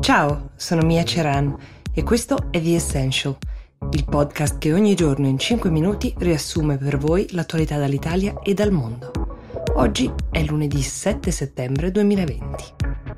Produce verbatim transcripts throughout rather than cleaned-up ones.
Ciao, sono Mia Ceran e questo è The Essential, il podcast che ogni giorno in cinque minuti riassume per voi l'attualità dall'Italia e dal mondo. Oggi è lunedì sette settembre duemilaventi.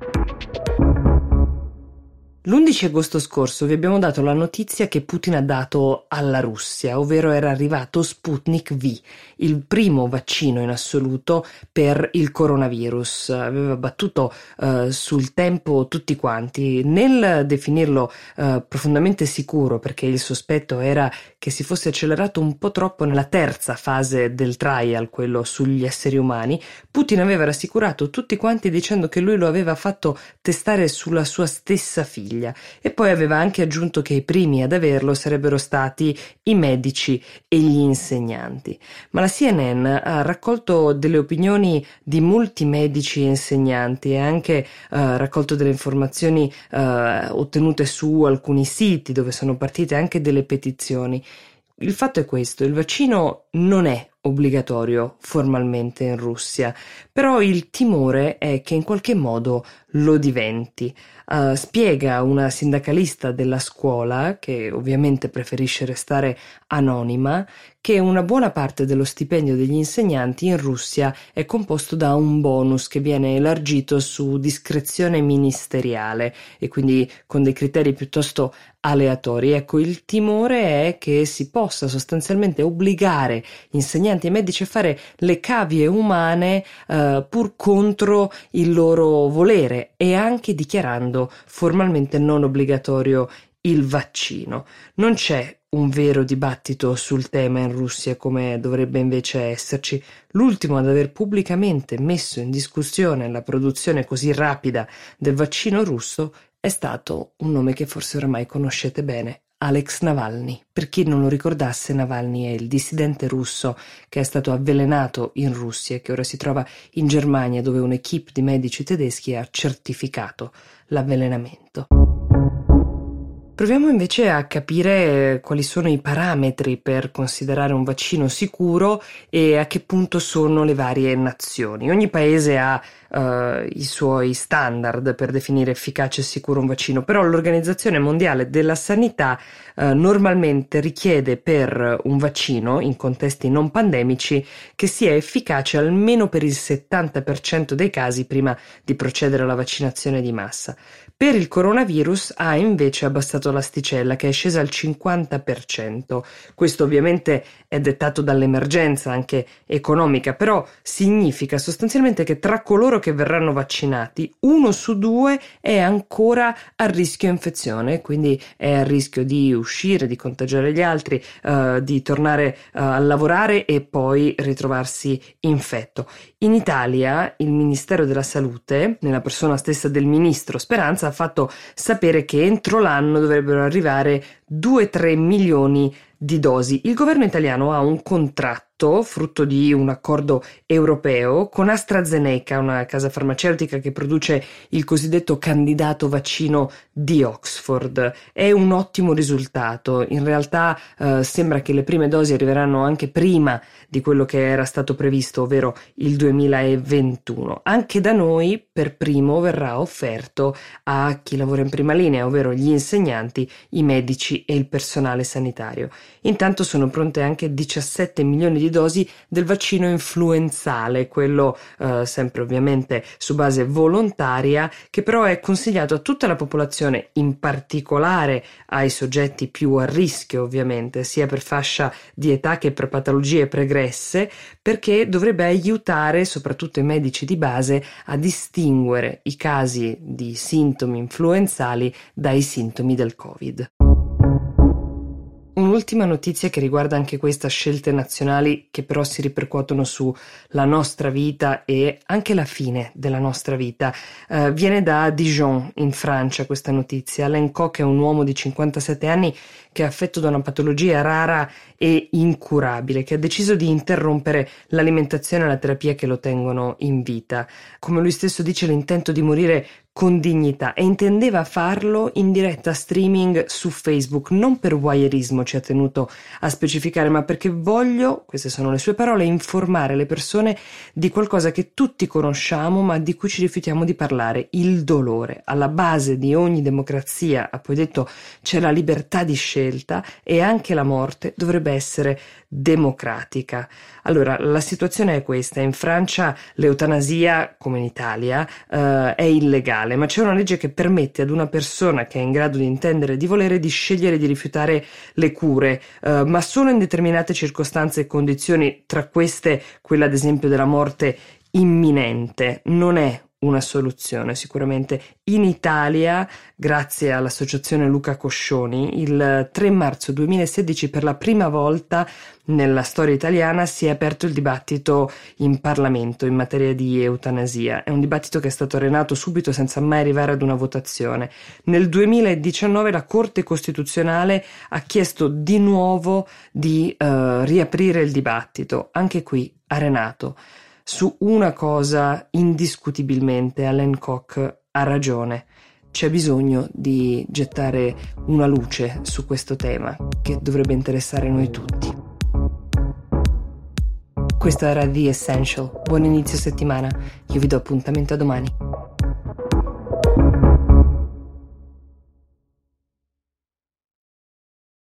L'undici agosto scorso vi abbiamo dato la notizia che Putin ha dato alla Russia, ovvero era arrivato Sputnik V, il primo vaccino in assoluto per il coronavirus. Aveva battuto uh, sul tempo tutti quanti. Nel definirlo uh, profondamente sicuro, perché il sospetto era che si fosse accelerato un po' troppo nella terza fase del trial, quello sugli esseri umani, Putin aveva rassicurato tutti quanti dicendo che lui lo aveva fatto testare sulla sua stessa figlia. E poi aveva anche aggiunto che i primi ad averlo sarebbero stati i medici e gli insegnanti. Ma la C N N ha raccolto delle opinioni di molti medici e insegnanti e anche uh, raccolto delle informazioni uh, ottenute su alcuni siti dove sono partite anche delle petizioni. Il fatto è questo: il vaccino non è obbligatorio formalmente in Russia, però il timore è che in qualche modo lo diventi. Uh, spiega una sindacalista della scuola, che ovviamente preferisce restare anonima, che una buona parte dello stipendio degli insegnanti in Russia è composto da un bonus che viene elargito su discrezione ministeriale e quindi con dei criteri piuttosto aleatori. Ecco, il timore è che si possa sostanzialmente obbligare insegnanti e medici a fare le cavie umane uh, pur contro il loro volere e anche dichiarando formalmente non obbligatorio il vaccino. Non c'è un vero dibattito sul tema in Russia come dovrebbe invece esserci. L'ultimo ad aver pubblicamente messo in discussione la produzione così rapida del vaccino russo è stato un nome che forse oramai conoscete bene: Alex Navalny. Per chi non lo ricordasse, Navalny è il dissidente russo che è stato avvelenato in Russia e che ora si trova in Germania, dove un'equipe di medici tedeschi ha certificato l'avvelenamento. Proviamo invece a capire quali sono i parametri per considerare un vaccino sicuro e a che punto sono le varie nazioni. Ogni paese ha uh, i suoi standard per definire efficace e sicuro un vaccino, però l'Organizzazione Mondiale della Sanità uh, normalmente richiede per un vaccino, in contesti non pandemici, che sia efficace almeno per il settanta per cento dei casi prima di procedere alla vaccinazione di massa. Per il coronavirus ha invece abbassato l'asticella, che è scesa al cinquanta per cento. Questo ovviamente è dettato dall'emergenza anche economica, però significa sostanzialmente che tra coloro che verranno vaccinati uno su due è ancora a rischio infezione, quindi è a rischio di uscire, di contagiare gli altri, uh, di tornare uh, a lavorare e poi ritrovarsi infetto. In Italia il Ministero della Salute, nella persona stessa del ministro Speranza, ha fatto sapere che entro l'anno dovrebbero arrivare due tre milioni di dosi. Il governo italiano ha un contratto frutto di un accordo europeo con AstraZeneca, una casa farmaceutica che produce il cosiddetto candidato vaccino di Oxford. È un ottimo risultato. In realtà eh, sembra che le prime dosi arriveranno anche prima di quello che era stato previsto, ovvero il duemilaventuno. Anche da noi per primo verrà offerto a chi lavora in prima linea, ovvero gli insegnanti, i medici e il personale sanitario. Intanto sono pronte anche diciassette milioni di dosi del vaccino influenzale, quello eh, sempre ovviamente su base volontaria, che però è consigliato a tutta la popolazione, in particolare ai soggetti più a rischio ovviamente, sia per fascia di età che per patologie pregresse, perché dovrebbe aiutare soprattutto i medici di base a distinguere i casi di sintomi influenzali dai sintomi del Covid. Un'ultima notizia che riguarda anche questa scelte nazionali che però si ripercuotono sulla nostra vita e anche la fine della nostra vita. Uh, viene da Dijon, in Francia, questa notizia. Alain Koch è un uomo di cinquantasette anni che è affetto da una patologia rara e incurabile, che ha deciso di interrompere l'alimentazione e la terapia che lo tengono in vita. Come lui stesso dice, l'intento di morire con dignità e intendeva farlo in diretta streaming su Facebook, non per voyeurismo, ci ha tenuto a specificare, ma perché voglio, queste sono le sue parole, informare le persone di qualcosa che tutti conosciamo ma di cui ci rifiutiamo di parlare: il dolore. Alla base di ogni democrazia, ha poi detto, c'è la libertà di scelta e anche la morte dovrebbe essere democratica. Allora, la situazione è questa: in Francia l'eutanasia, come in Italia, eh, è illegale, ma c'è una legge che permette ad una persona che è in grado di intendere e di volere di scegliere di rifiutare le cure, eh, ma solo in determinate circostanze e condizioni, tra queste quella ad esempio della morte imminente. Non è una soluzione sicuramente. In Italia, grazie all'associazione Luca Coscioni, il tre marzo duemilasedici per la prima volta nella storia italiana si è aperto il dibattito in Parlamento in materia di eutanasia. È un dibattito che è stato arenato subito senza mai arrivare ad una votazione. Nel duemiladiciannove la Corte Costituzionale ha chiesto di nuovo di uh, riaprire il dibattito, anche qui arenato. Su una cosa indiscutibilmente Alain Koch ha ragione: c'è bisogno di gettare una luce su questo tema che dovrebbe interessare noi tutti. Questo era The Essential. Buon inizio settimana, io vi do appuntamento a domani.